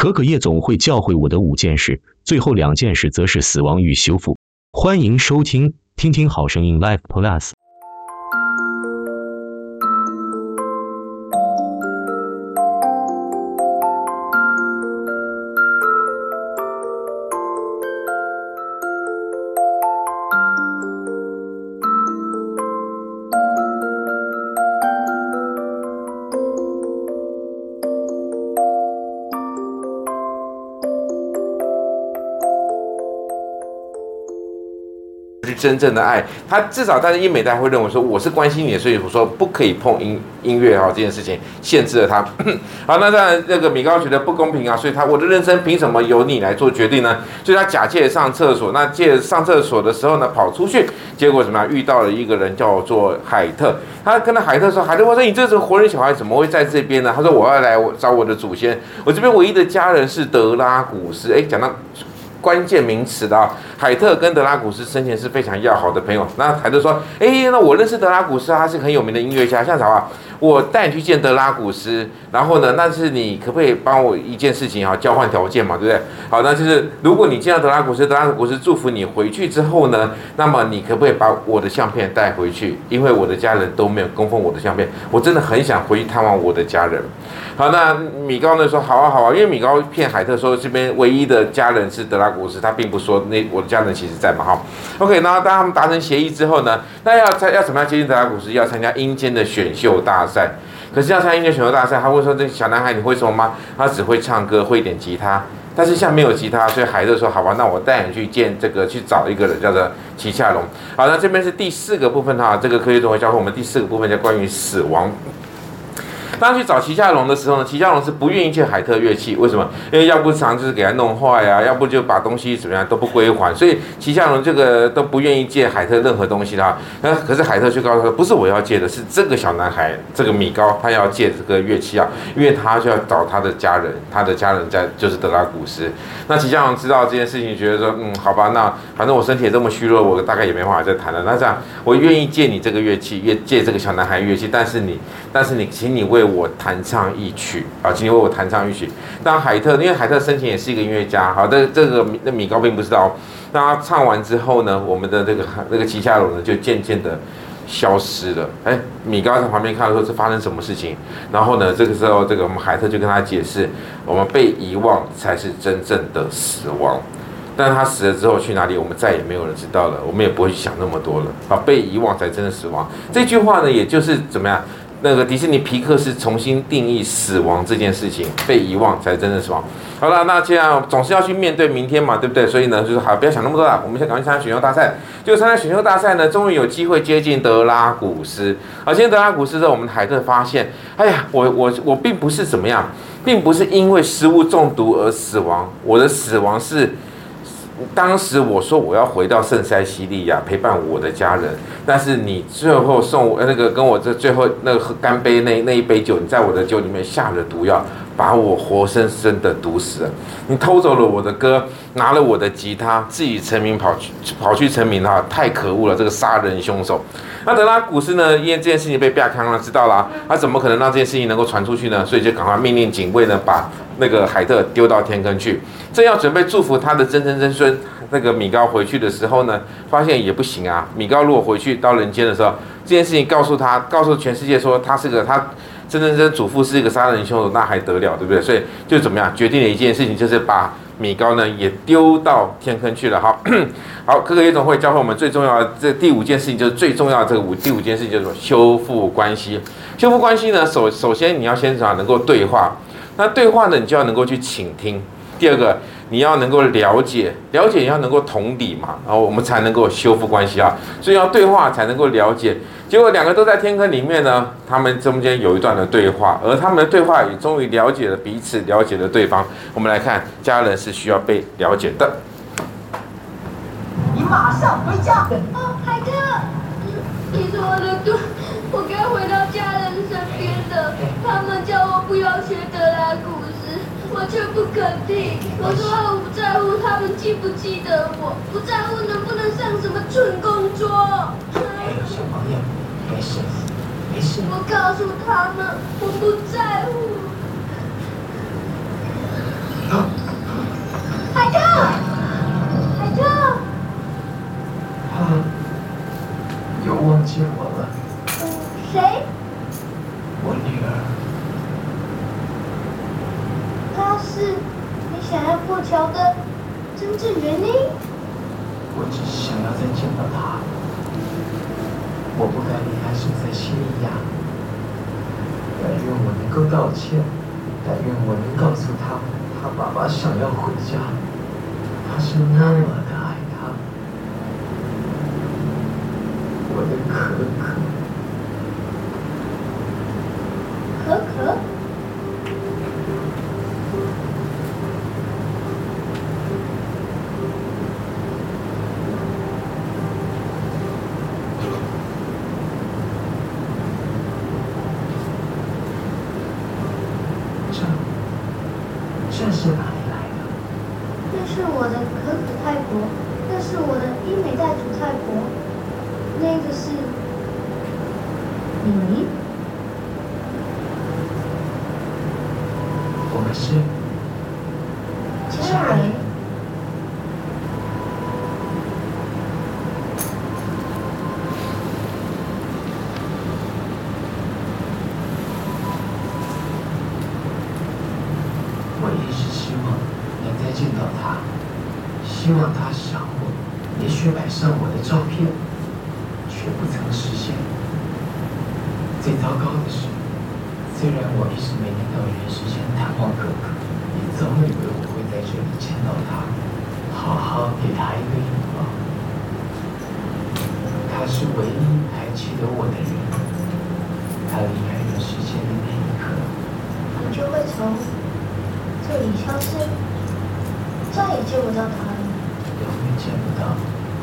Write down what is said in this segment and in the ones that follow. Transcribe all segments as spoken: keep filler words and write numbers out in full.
可可夜总会教会我的五件事，最后两件事则是死亡与修复。欢迎收听听听好声音 Live Plus。 真正的爱，他至少，但是英美代会认为说我是关心你的，所以我说不可以碰音音乐哈，这件事情限制了他。好，那当然这个米高觉得不公平啊，所以他我的人生凭什么由你来做决定呢？所以他假借上厕所，那借上厕所的时候呢跑出去，结果怎么样？遇到了一个人叫做海特，他跟那海特说：“海特，我说你这是活人小孩，怎么会在这边呢？”他说：“我要来找我的祖先，我这边唯一的家人是德拉古斯。”哎，讲到关键名词的啊，海特跟德拉古斯生前是非常要好的朋友。那海特说：“哎，那我认识德拉古斯，他是很有名的音乐家，像啥啊？我带你去见德拉古斯，然后呢，但是你可不可以帮我一件事情啊？交换条件嘛，对不对？好，那就是如果你见到德拉古斯，德拉古斯祝福你回去之后呢，那么你可不可以把我的相片带回去？因为我的家人都没有供奉我的相片，我真的很想回去探望我的家人。”好，那米高呢说：“好啊，好啊，因为米高骗海特说这边唯一的家人是德拉古斯，他并不说那我的家人其实在嘛，哈。OK， 那当他们达成协议之后呢，那要要怎么样接近德拉古斯？要参加阴间的选秀大赛。可是要参加阴间选秀大赛，他会说这小男孩你会什么吗？他只会唱歌，会一点吉他。但是现在没有吉他，所以海特说：好吧，那我带你去见这个，去找一个人叫做奇夏龙。好，那这边是第四个部分哈，这个科学总会教会我们第四个部分叫关于死亡。当他去找奇夏龙的时候呢，奇夏龙是不愿意借海特乐器，为什么？因为要不常就是给他弄坏啊，要不就把东西怎么样都不归还，所以奇夏龙这个都不愿意借海特任何东西啦。那可是海特却告诉他，不是我要借的，是这个小男孩，这个米高他要借这个乐器啊，因为他就要找他的家人，他的家人在就是德拉古斯。那奇夏龙知道这件事情，觉得说，嗯，好吧，那反正我身体也这么虚弱，我大概也没办法再弹了。那这样，我愿意借你这个乐器，借借这个小男孩乐器，但是你，但是你，请你为我弹唱一曲啊，请你为我弹唱一曲。当海特，因为海特生前也是一个音乐家，好，这这个那米高并不知道。当他唱完之后呢，我们的这个这个奇夏龙呢，就渐渐的消失了。哎，米高在旁边看到说这发生什么事情，然后呢，这个时候这个我们海特就跟他解释，我们被遗忘才是真正的死亡。但是他死了之后去哪里，我们再也没有人知道了，我们也不会去想那么多了。啊，被遗忘才真的死亡。这句话呢，也就是怎么样？那个迪士尼皮克斯重新定义死亡这件事情，被遗忘才真正死亡。好了，那这样总是要去面对明天嘛，对不对？所以呢，就是好，不要想那么多了，我们先赶快参加选秀大赛。就参加选秀大赛呢，终于有机会接近德拉古斯。而接近德拉古斯之后，我们海特发现，哎呀，我我我并不是怎么样，并不是因为食物中毒而死亡，我的死亡是。当时我说我要回到圣塞西利亚陪伴我的家人，但是你最后送我那个跟我这最后那个喝干杯那那一杯酒，你在我的酒里面下了毒药，把我活生生的毒死了。你偷走了我的歌，拿了我的吉他，自己成名跑去跑去成名哈，太可恶了！这个杀人凶手。那德拉古斯呢？因为这件事情被亚康了知道了，他怎么可能让这件事情能够传出去呢？所以就赶快命令警卫呢，把那个海特丢到天坑去。正要准备祝福他的曾曾曾孙那个米高回去的时候呢，发现也不行啊。米高如果回去到人间的时候，这件事情告诉他，告诉全世界说他是个他曾曾曾祖父是一个杀人凶手，那还得了，对不对？所以就怎么样决定了一件事情，就是把米高呢也丢到天坑去了。好，好，可可夜总会教会我们最重要的这第五件事情，就是最重要的这个五第五件事情就是修复关系。修复关系呢，首首先你要先啥能够对话，那对话呢，你就要能够去倾听。第二个，你要能够了解，了解你要能够同理嘛，然后我们才能够修复关系啊。所以要对话才能够了解。结果两个都在天坑里面呢，他们中间有一段的对话，而他们的对话也终于了解了彼此，了解了对方。我们来看，家人是需要被了解的。 你马上回家。 哦，海特，你说的对，我该回到家人身边的。他们叫我不要学德拉古斯，我却不肯听。我说我不在乎他们记不记得我，不在乎能不能上什么蠢工作。 还有小朋友，没事，没事。 我告诉他们，我不在乎。 啊， 那是你想要过桥的真正原因？ 我只是想要再见到他。我不该离开圣塞西利亚。但愿我能够道歉，但愿我能告诉他，他爸爸想要回家，他是那么的爱他。我的可可， 可可。 这是哪里来的？ 那是我的可可太婆，那是我的伊美代主太婆，那个是你。 我们是家人。 我一直希望能再见到他，希望他想我，也许摆上我的照片，却不曾实现。最糟糕的是，虽然我一直没能到人世间探望可可，也早以为我会在这里见到他，好好给他一个拥抱。他是唯一还记得我的人，他离开人世间的那一刻， 你就会从这里消失，再也见不到他了。 永远见不到。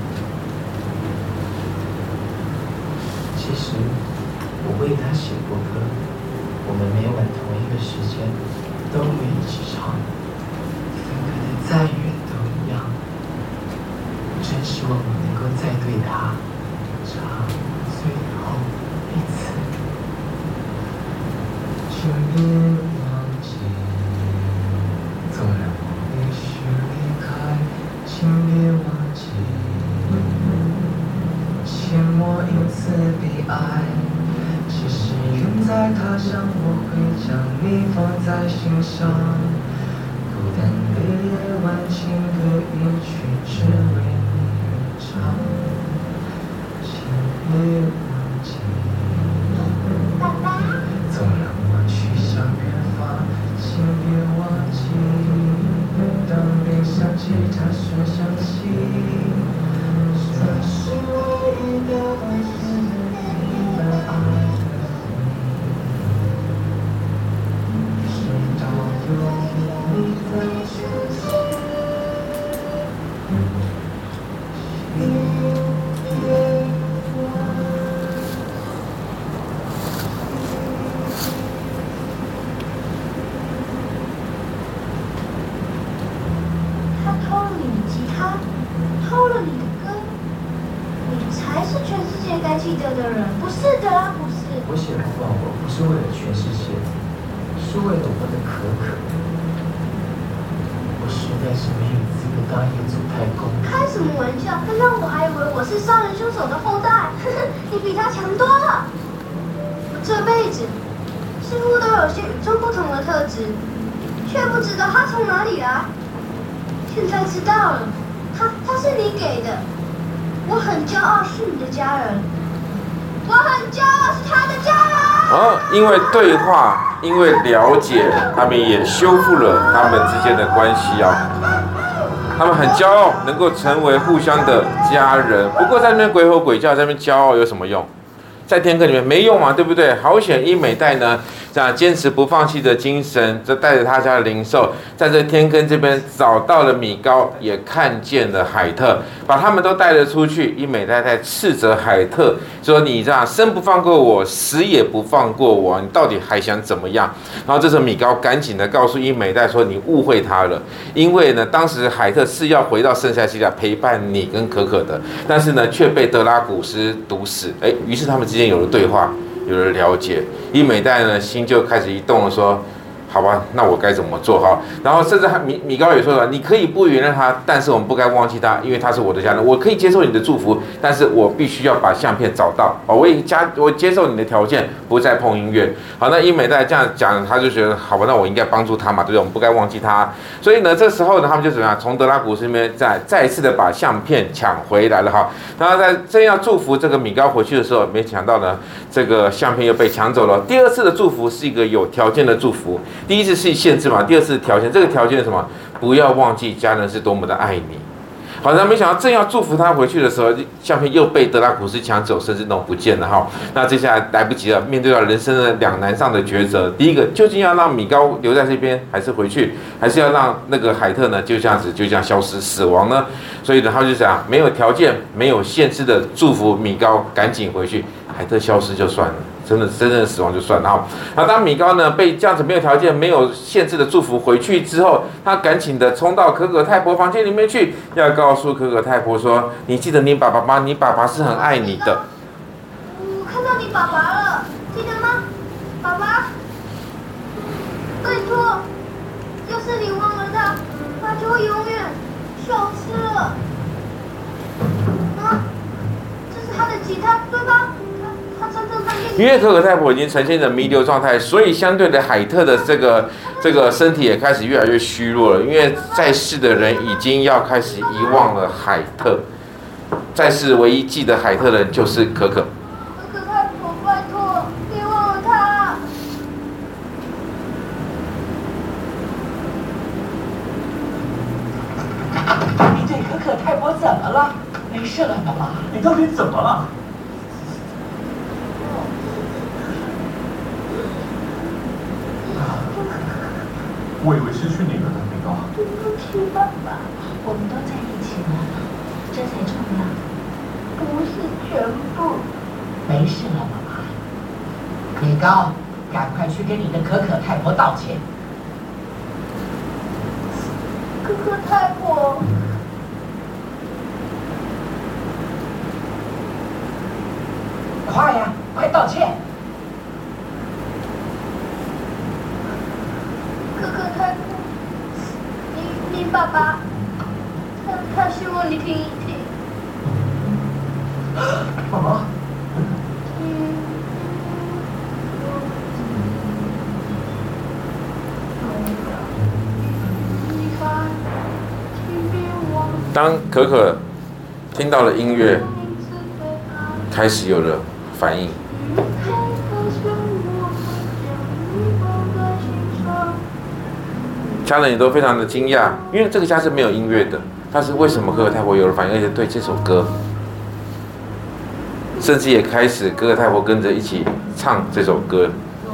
其实我为他写过歌，我们每晚同一个时间都会一起唱，分开的再远都一样。我真希望我能够再对他唱最后一次。请别忘记，纵然我必须离开，请别忘记，切莫因此悲哀。其实远在他乡，我会将你放在心上。孤单的夜晚，情歌一曲只为你而唱。请别忘记， 爸爸。 纵然我去向远方，请别忘记，当悲伤吉他声响起，这是唯一的回忆，你的爱的回忆，直到有一你的出现。 他偷了你的吉他，偷了你的歌，你才是全世界该记得的人，不是的啊，不是。 我写不忘我，不是为了全世界，是为了我的可可。我实在是没有资格当一个祖太公。 开什么玩笑？刚刚我还以为我是杀人凶手的后代，呵呵，你比他强多了。我这辈子似乎都有些与众不同的特质，却不知道他从哪里来。现在知道了，他他是你给的，我很骄傲是你的家人，我很骄傲是他的家人。 哦，因为对话，因为了解，他们也修复了他们之间的关系啊。他们很骄傲，能够成为互相的家人。不过在那边鬼吼鬼叫，在那边骄傲有什么用？在天课里面没用嘛，对不对？好险伊美代呢，这样坚持不放弃的精神，就带着他家的灵兽，在这天坑这边找到了米高，也看见了海特，把他们都带了出去。伊美代在斥责海特说：“你这样生不放过我，死也不放过我，你到底还想怎么样？”然后这时候米高赶紧的告诉伊美代说：“你误会他了，因为呢，当时海特是要回到圣塞西利亚陪伴你跟可可的，但是呢，却被德拉古斯毒死。哎，于是他们之间有了对话，有了了解。伊美代呢，心就开始一动了，说：“ 好吧，那我该怎么做哈？然后甚至还米米高也说了，你可以不原谅他，但是我们不该忘记他，因为他是我的家人，我可以接受你的祝福，但是我必须要把相片找到。哦，我也加我接受你的条件，不再碰音乐。好，那英美代这样讲，他就觉得好吧，那我应该帮助他嘛，对不对？我们不该忘记他。所以呢，这时候呢，他们就怎么样？从德拉古斯那边再再一次的把相片抢回来了哈。然后在正要祝福这个米高回去的时候，没想到呢，这个相片又被抢走了。第二次的祝福是一个有条件的祝福。第一次是限制嘛，第二次条件，这个条件是什么？不要忘记家人是多么的爱你。好，那没想到正要祝福他回去的时候，相片又被德拉古斯抢走，甚至弄不见了哈。那接下来来不及了，面对到人生的两难上的抉择。第一个，究竟要让米高留在这边，还是回去，还是要让那个海特呢就这样子就这样消失死亡呢？所以呢，他就想没有条件、没有限制的祝福米高赶紧回去，海特消失就算了。真的真正的死亡就算了哈。那当米高呢被这样子没有条件、没有限制的祝福回去之后，他赶紧的冲到可可太婆房间里面去，要告诉可可太婆说：“你记得你爸爸吗？你爸爸是很爱你的。” 我看到你爸爸了，记得吗？爸爸，拜托，要是你忘了他，他就会永远消失了。啊，这是他的吉他，对吧？ 因为可可太婆已经呈现着弥留状态，所以相对的海特的这个这个身体也开始越来越虚弱了。因为在世的人已经要开始遗忘了海特，在世唯一记得海特的人就是可可。 可可太婆，拜托，别忘了他。 你对可可太婆怎么了？没事了，妈妈。你到底怎么了？我以为失去你了呢，米高。 对不起，爸爸。 我们都在一起了，这才重要。 不是全部。 没事了，妈妈。米高，赶快去跟你的可可太婆道歉。 可可太婆。 快呀，快道歉！ 可可太婆，你你爸爸，他他希望你听一听。 妈妈。 嗯。 当可可听到了音乐，开始有了反应。家人也都非常的惊讶，因为这个家是没有音乐的。但是为什么可可太婆有了反应，而且对这首歌，甚至也开始可可太婆跟着一起唱这首歌。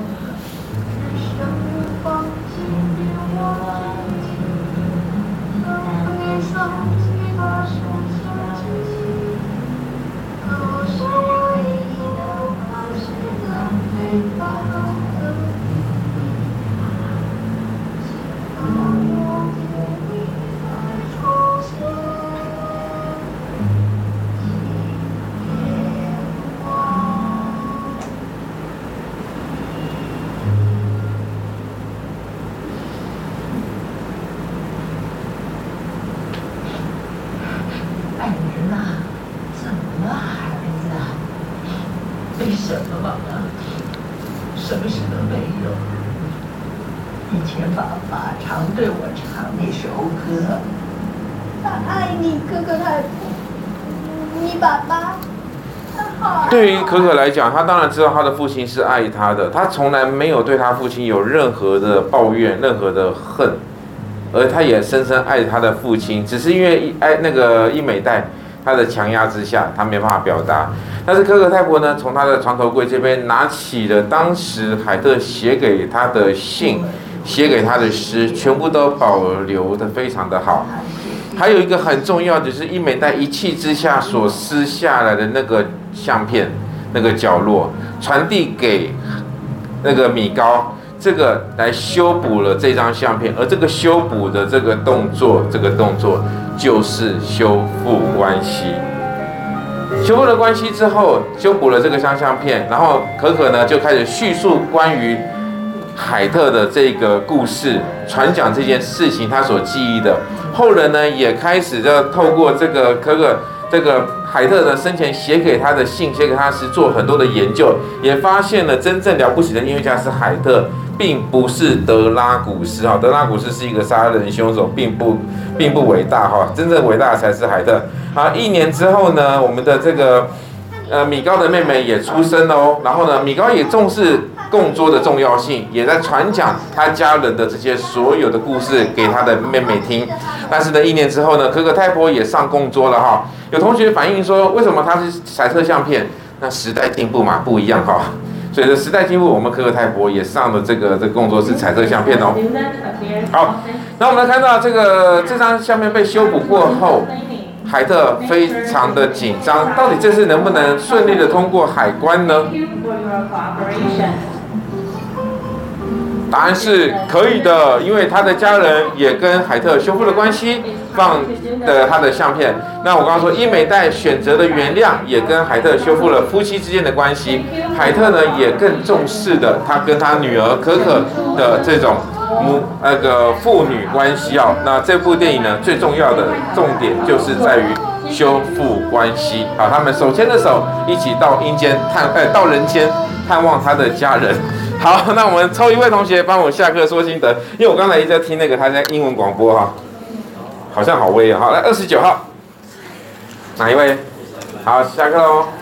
什么忙啊？什么事都没有。以前爸爸常对我唱那首歌。 他爱你，可可太婆。你爸爸，他好。 对于可可来讲，他当然知道他的父亲是爱他的，他从来没有对他父亲有任何的抱怨、任何的恨，而他也深深爱他的父亲，只是因为爱那个伊美代。他的强压之下，他没办法表达。但是可可太婆呢，从他的床头柜这边拿起了当时海特写给他的信，写给他的诗，全部都保留得非常的好。还有一个很重要的是，伊美代一气之下所撕下来的那个相片，那个角落，传递给那个米高。这个来修补了这张相片，而这个修补的这个动作，这个动作就是修复关系。修复了关系之后，修补了这个张相片，然后可可呢就开始叙述关于海特的这个故事，传讲这件事情他所记忆的。后人呢也开始的透过这个可可这个海特呢生前写给他的信，写给他时做很多的研究，也发现了真正了不起的音乐家是海特，并不是德拉古斯哈。德拉古斯是一个杀人凶手，并不并不伟大哈，真正伟大的才是海特。好，一年之后呢，我们的这个呃米高的妹妹也出生了哦，然后呢，米高也重视供桌的重要性，也在传讲他家人的这些所有的故事给他的妹妹听。但是呢，一年之后呢，可可太婆也上供桌了哈。有同学反映说，为什么他是彩色相片？那时代进步嘛，不一样哈。随着时代进步，我们可可太婆也上了这个这个供桌是彩色相片哦。好，那我们来看到这个这张相片被修补过后，海特非常的紧张，到底这次能不能顺利的通过海关呢？答案是可以的，因为他的家人也跟海特修复了关系，放的他的相片。那我刚刚说伊美代选择的原谅也跟海特修复了夫妻之间的关系。海特呢也更重视的他跟他女儿可可的这种母那个父女关系哦。那这部电影呢最重要的重点就是在于修复关系。好，他们手牵着手一起到阴间探，呃，到人间探望他的家人。好，那我们抽一位同学帮我下课说心得，因为我刚才一直在听那个他在英文广播哈，好像好威啊。好，来二十九号，哪一位？好，下课喽。